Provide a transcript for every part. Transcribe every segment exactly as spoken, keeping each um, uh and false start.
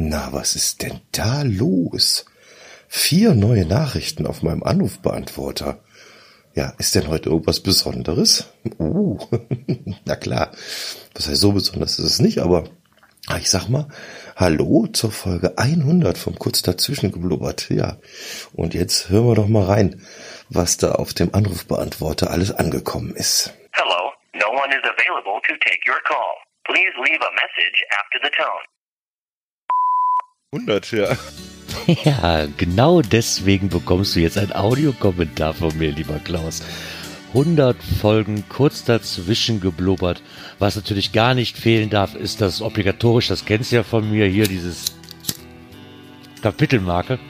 Na, was ist denn da los? Vier neue Nachrichten auf meinem Anrufbeantworter. Ja, ist denn heute irgendwas Besonderes? Uh, na klar. Was heißt, so besonders ist es nicht, aber ich sag mal, hallo zur Folge hundert vom Kurz dazwischen geblubbert. Ja, und jetzt hören wir doch mal rein, was da auf dem Anrufbeantworter alles angekommen ist. Hello, no one is available to take your call. Please leave a message after the tone. hundert, ja. Ja, genau deswegen bekommst du jetzt einen Audiokommentar von mir, lieber Klaus. hundert Folgen kurz dazwischen geblubbert. Was natürlich gar nicht fehlen darf, ist das obligatorisch, das kennst du ja von mir, hier dieses Kapitelmarke.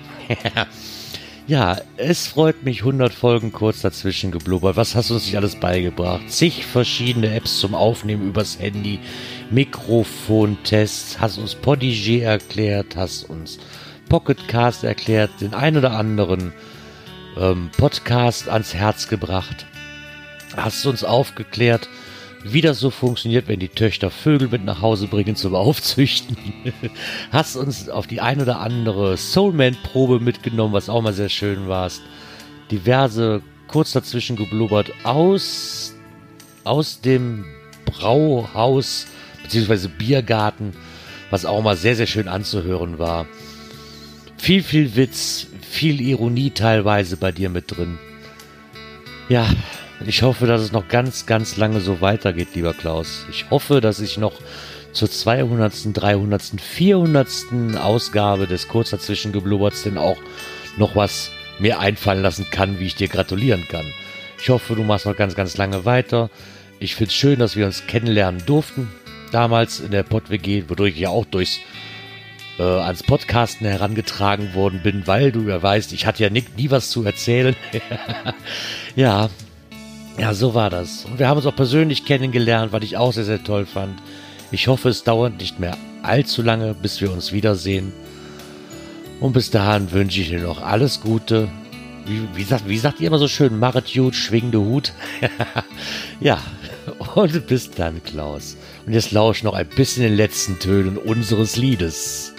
Ja, es freut mich, hundert Folgen kurz dazwischen geblubbert. Was hast du uns nicht alles beigebracht? Zig verschiedene Apps zum Aufnehmen übers Handy, Mikrofontests, hast uns Podigy erklärt, hast uns Pocketcast erklärt, den ein oder anderen ähm, Podcast ans Herz gebracht. Hast uns aufgeklärt, wie das so funktioniert, wenn die Töchter Vögel mit nach Hause bringen zum Aufzüchten. Hast uns auf die ein oder andere Soulman-Probe mitgenommen, was auch mal sehr schön war. Diverse kurz dazwischen geblubbert aus, aus dem Brauhaus bzw. Biergarten, was auch mal sehr, sehr schön anzuhören war. Viel, viel Witz, viel Ironie teilweise bei dir mit drin. Ja, ich hoffe, dass es noch ganz, ganz lange so weitergeht, lieber Klaus. Ich hoffe, dass ich noch zur zweihundertsten, dreihundertsten, vierhundertsten Ausgabe des Kurz dazwischen geblubberts denn auch noch was mir einfallen lassen kann, wie ich dir gratulieren kann. Ich hoffe, du machst noch ganz, ganz lange weiter. Ich finde es schön, dass wir uns kennenlernen durften. Damals in der Pod-W G, wodurch ich ja auch durchs äh, ans Podcasten herangetragen worden bin, weil du ja weißt, ich hatte ja nie, nie was zu erzählen. Ja, Ja, so war das. Und wir haben uns auch persönlich kennengelernt, was ich auch sehr, sehr toll fand. Ich hoffe, es dauert nicht mehr allzu lange, bis wir uns wiedersehen. Und bis dahin wünsche ich dir noch alles Gute. Wie, wie, sagt, wie sagt ihr immer so schön? Machet gut, schwingende Hut. Ja, und bis dann, Klaus. Und jetzt lausch noch ein bisschen den letzten Tönen unseres Liedes.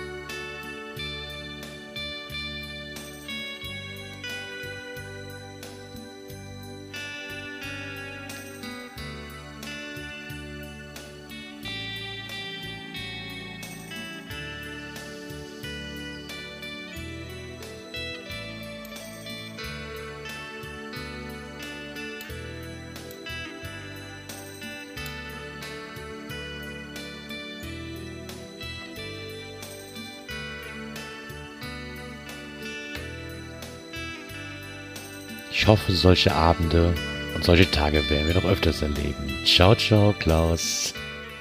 Ich hoffe, solche Abende und solche Tage werden wir noch öfters erleben. Ciao, ciao, Klaus.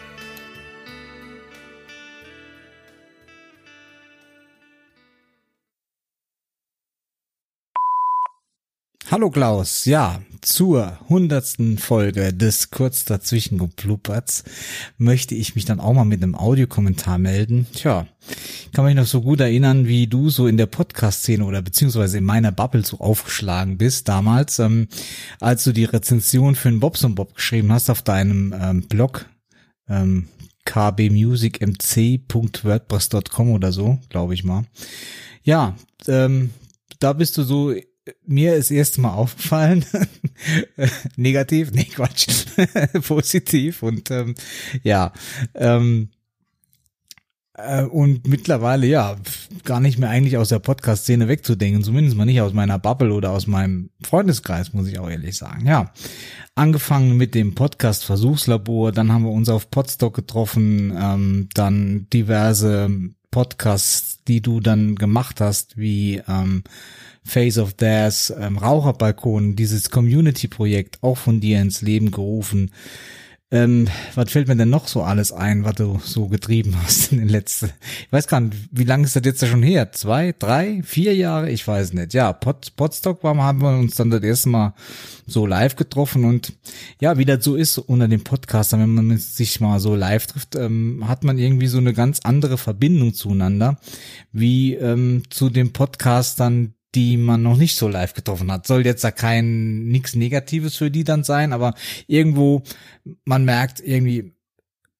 Hallo Klaus, ja, zur hundertsten Folge des Kurz dazwischen geblubberts möchte ich mich dann auch mal mit einem Audiokommentar melden. Tja, ich kann mich noch so gut erinnern, wie du so in der Podcast-Szene oder beziehungsweise in meiner Bubble so aufgeschlagen bist damals, ähm, als du die Rezension für den Bobs und Bob geschrieben hast auf deinem ähm, Blog, ähm, k b music m c punkt wordpress punkt com oder so, glaube ich mal. Ja, ähm, da bist du so mir ist erst mal aufgefallen, negativ, nee, Quatsch, positiv und ähm, ja, ähm, äh, und mittlerweile, ja, gar nicht mehr eigentlich aus der Podcast-Szene wegzudenken, zumindest mal nicht aus meiner Bubble oder aus meinem Freundeskreis, muss ich auch ehrlich sagen, ja. Angefangen mit dem Podcast Versuchslabor, dann haben wir uns auf Podstock getroffen, ähm, dann diverse Podcasts, die du dann gemacht hast, wie ähm, Face of Death, ähm, Raucherbalkon, dieses Community-Projekt auch von dir ins Leben gerufen. Ähm, was fällt mir denn noch so alles ein, was du so getrieben hast in den letzten, ich weiß gar nicht, wie lange ist das jetzt schon her? Zwei, drei, vier Jahre? Ich weiß nicht. Ja, Pod, Podstock war, haben wir uns dann das erste Mal so live getroffen und ja, wie das so ist unter den Podcastern, wenn man sich mal so live trifft, ähm, hat man irgendwie so eine ganz andere Verbindung zueinander, wie ähm, zu den Podcastern, die man noch nicht so live getroffen hat. Soll jetzt da kein nichts Negatives für die dann sein, aber irgendwo, man merkt irgendwie,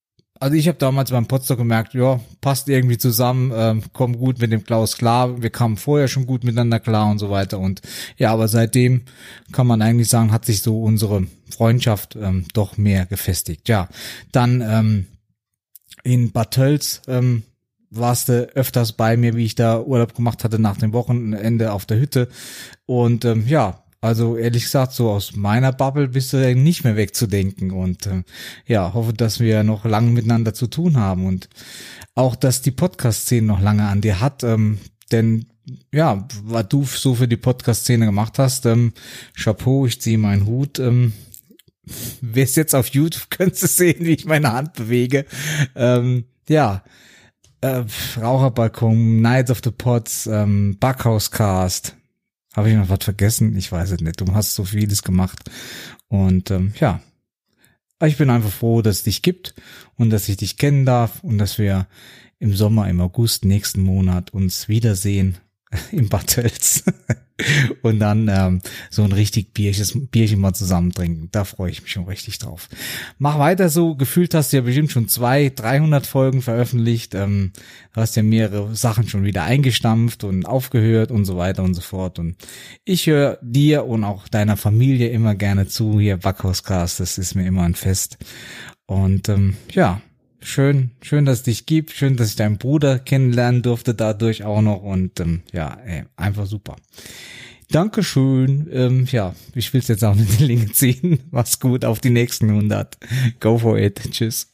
also ich habe damals beim Potsdok gemerkt, ja, passt irgendwie zusammen, ähm, komm gut mit dem Klaus klar, wir kamen vorher schon gut miteinander klar und so weiter und ja, aber seitdem kann man eigentlich sagen, hat sich so unsere Freundschaft ähm, doch mehr gefestigt. Ja, dann ähm, in Bad Tölz ähm, warst du öfters bei mir, wie ich da Urlaub gemacht hatte nach dem Wochenende auf der Hütte und ähm, ja, also ehrlich gesagt, so aus meiner Bubble bist du nicht mehr wegzudenken und äh, ja, hoffe, dass wir noch lange miteinander zu tun haben und auch, dass die Podcast-Szene noch lange an dir hat, ähm, denn ja, was du so für die Podcast-Szene gemacht hast, ähm, Chapeau, ich ziehe meinen Hut, ähm, wer es jetzt auf YouTube, könntest du sehen, wie ich meine Hand bewege, ähm, ja, äh, Raucherbalkon, Nights of the Pods, ähm, Backhauscast. Habe ich noch was vergessen? Ich weiß es nicht. Du hast so vieles gemacht. Und ähm, ja, ich bin einfach froh, dass es dich gibt und dass ich dich kennen darf und dass wir im Sommer, im August, nächsten Monat uns wiedersehen im Bad Tölz und dann ähm, so ein richtig Bierchen, Bierchen mal zusammen trinken. Da freue ich mich schon richtig drauf. Mach weiter so. Gefühlt hast du ja bestimmt schon zwei, dreihundert Folgen veröffentlicht. Ähm, du hast ja mehrere Sachen schon wieder eingestampft und aufgehört und so weiter und so fort. Und ich höre dir und auch deiner Familie immer gerne zu. Hier Backhauscast, das ist mir immer ein Fest. Und ähm, ja, Schön, schön, dass es dich gibt. Schön, dass ich deinen Bruder kennenlernen durfte dadurch auch noch. Und ähm, ja, ey, einfach super. Dankeschön. Ähm, ja, ich will es jetzt auch nicht in die Länge ziehen. Mach's gut, auf die nächsten hundert. Go for it. Tschüss.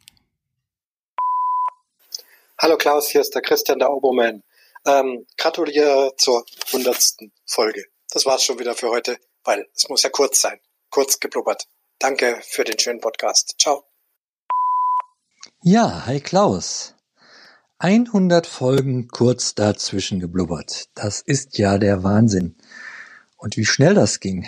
Hallo Klaus, hier ist der Christian, der Oberman. Ähm, gratuliere zur hundertsten Folge. Das war's schon wieder für heute, weil es muss ja kurz sein. Kurz geblubbert. Danke für den schönen Podcast. Ciao. Ja, hi Klaus. hundert Folgen kurz dazwischen geblubbert. Das ist ja der Wahnsinn. Und wie schnell das ging.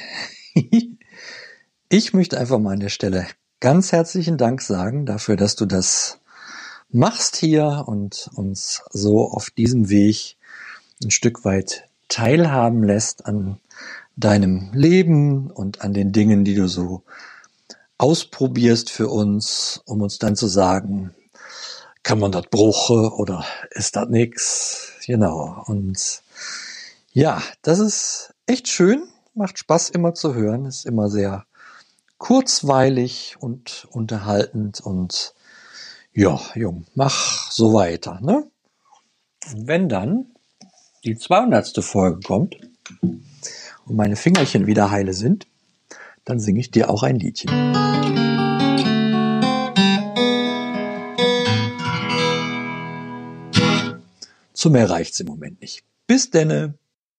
Ich möchte einfach mal an der Stelle ganz herzlichen Dank sagen dafür, dass du das machst hier und uns so auf diesem Weg ein Stück weit teilhaben lässt an deinem Leben und an den Dingen, die du so ausprobierst für uns, um uns dann zu sagen, kann man das bruche oder ist das nix? Genau. Und ja, das ist echt schön, macht Spaß immer zu hören, ist immer sehr kurzweilig und unterhaltend und ja, Jung, mach so weiter, ne? Und wenn dann die zweihundertste Folge kommt und meine Fingerchen wieder heile sind, dann singe ich dir auch ein Liedchen. Zu mehr reicht's im Moment nicht. Bis denne.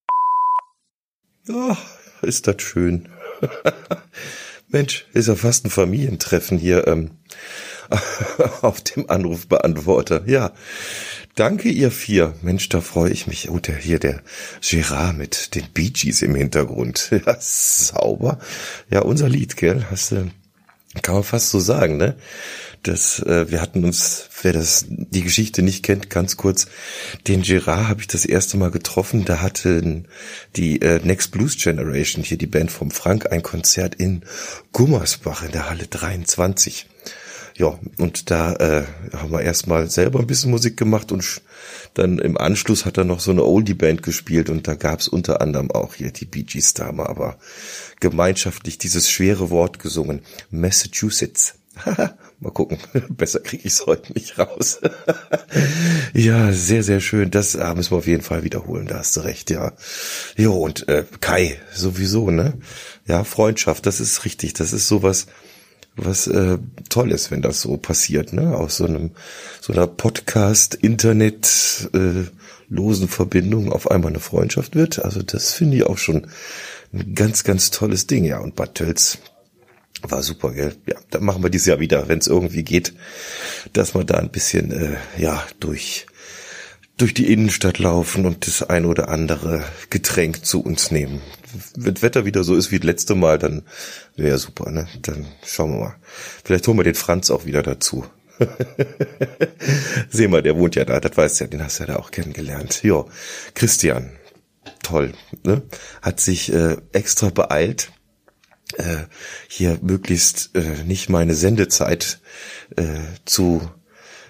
Ach, ist das schön. Mensch, ist ja fast ein Familientreffen hier ähm, auf dem Anrufbeantworter. Ja, danke ihr vier. Mensch, da freue ich mich. Oh, der hier, der Gerard mit den Bee Gees im Hintergrund. Ja, sauber. Ja, unser Lied, gell? Hast du, kann man fast so sagen, ne? Das, äh, wir hatten uns, wer das die Geschichte nicht kennt, ganz kurz, den Gerard habe ich das erste Mal getroffen. Da hatten die äh, Next Blues Generation, hier die Band vom Frank, ein Konzert in Gummersbach in der Halle dreiundzwanzig. Ja, und da äh, haben wir erstmal selber ein bisschen Musik gemacht und sch- dann im Anschluss hat er noch so eine Oldie-Band gespielt und da gab's unter anderem auch hier die Bee Gees, da haben wir aber gemeinschaftlich dieses schwere Wort gesungen, Massachusetts. Mal gucken, besser kriege ich es heute nicht raus. Ja, sehr, sehr schön. Das ah, müssen wir auf jeden Fall wiederholen, da hast du recht, ja. Jo, und äh, Kai, sowieso, ne? Ja, Freundschaft, das ist richtig, das ist sowas, was äh, toll ist, wenn das so passiert, ne? Aus so einem, so einer Podcast-Internet äh, losen Verbindung auf einmal eine Freundschaft wird. Also das finde ich auch schon ein ganz, ganz tolles Ding, ja. Und Bad Tölz war super, gell? Ja, dann machen wir dieses Jahr wieder, wenn es irgendwie geht, dass wir da ein bisschen, äh, ja, durch durch die Innenstadt laufen und das ein oder andere Getränk zu uns nehmen. Wenn das Wetter wieder so ist wie das letzte Mal, dann wäre super, ne? Dann schauen wir mal. Vielleicht holen wir den Franz auch wieder dazu. Sehen wir, der wohnt ja da, das weißt du ja, den hast du ja da auch kennengelernt. Jo, Christian, toll, ne? Hat sich äh, extra beeilt, äh, hier möglichst äh, nicht meine Sendezeit äh, zu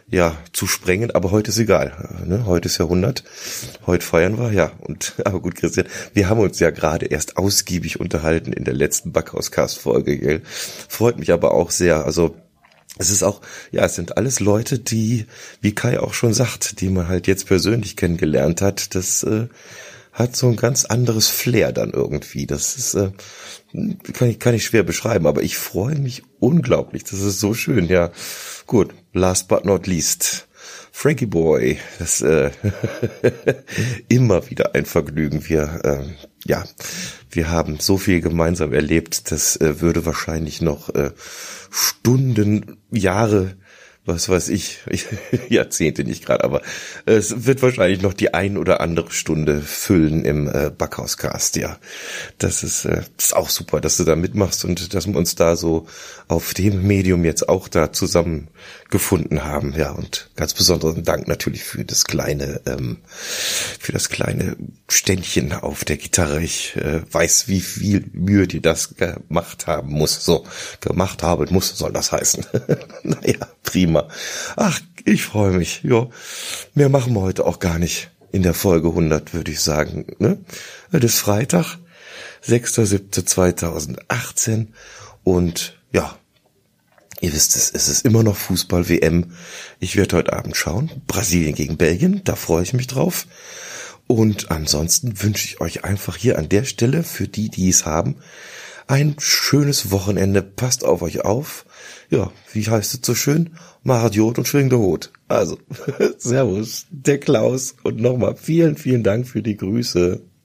ja, zu sprengen, aber heute ist egal. Ne? Heute ist ja hundert. Heute feiern wir, ja. Und aber gut, Christian, wir haben uns ja gerade erst ausgiebig unterhalten in der letzten Backhauscast-Folge, gell? Freut mich aber auch sehr. Also es ist auch, ja, es sind alles Leute, die, wie Kai auch schon sagt, die man halt jetzt persönlich kennengelernt hat. Das äh, hat so ein ganz anderes Flair dann irgendwie. Das ist, äh, kann ich, kann ich schwer beschreiben, aber ich freue mich unglaublich. Das ist so schön, ja. Gut, last but not least, Frankie Boy, das äh, immer wieder ein Vergnügen. Wir, äh, ja, wir haben so viel gemeinsam erlebt, das äh, würde wahrscheinlich noch äh, Stunden, Jahre, was weiß ich, Jahrzehnte nicht gerade, aber es wird wahrscheinlich noch die ein oder andere Stunde füllen im äh, Backhauscast, ja. Das ist, äh, das ist auch super, dass du da mitmachst und dass wir uns da so auf dem Medium jetzt auch da zusammengefunden haben, ja. Und ganz besonderen Dank natürlich für das kleine, ähm, für das kleine Ständchen auf der Gitarre. Ich äh, weiß, wie viel Mühe dir das gemacht haben muss. So, gemacht haben muss, soll das heißen. Naja, prima. Ach, ich freue mich. Jo, mehr machen wir heute auch gar nicht in der Folge hundert, würde ich sagen. Ne? Das ist Freitag, sechster siebter zweitausendachtzehn und ja, ihr wisst es, es ist immer noch Fußball-W M. Ich werde heute Abend schauen. Brasilien gegen Belgien, da freue ich mich drauf. Und ansonsten wünsche ich euch einfach hier an der Stelle, für die, die es haben, ein schönes Wochenende. Passt auf euch auf. Ja, wie heißt es so schön? Machet Jod und schwingt der Hut. Also, Servus, der Klaus. Und nochmal vielen, vielen Dank für die Grüße.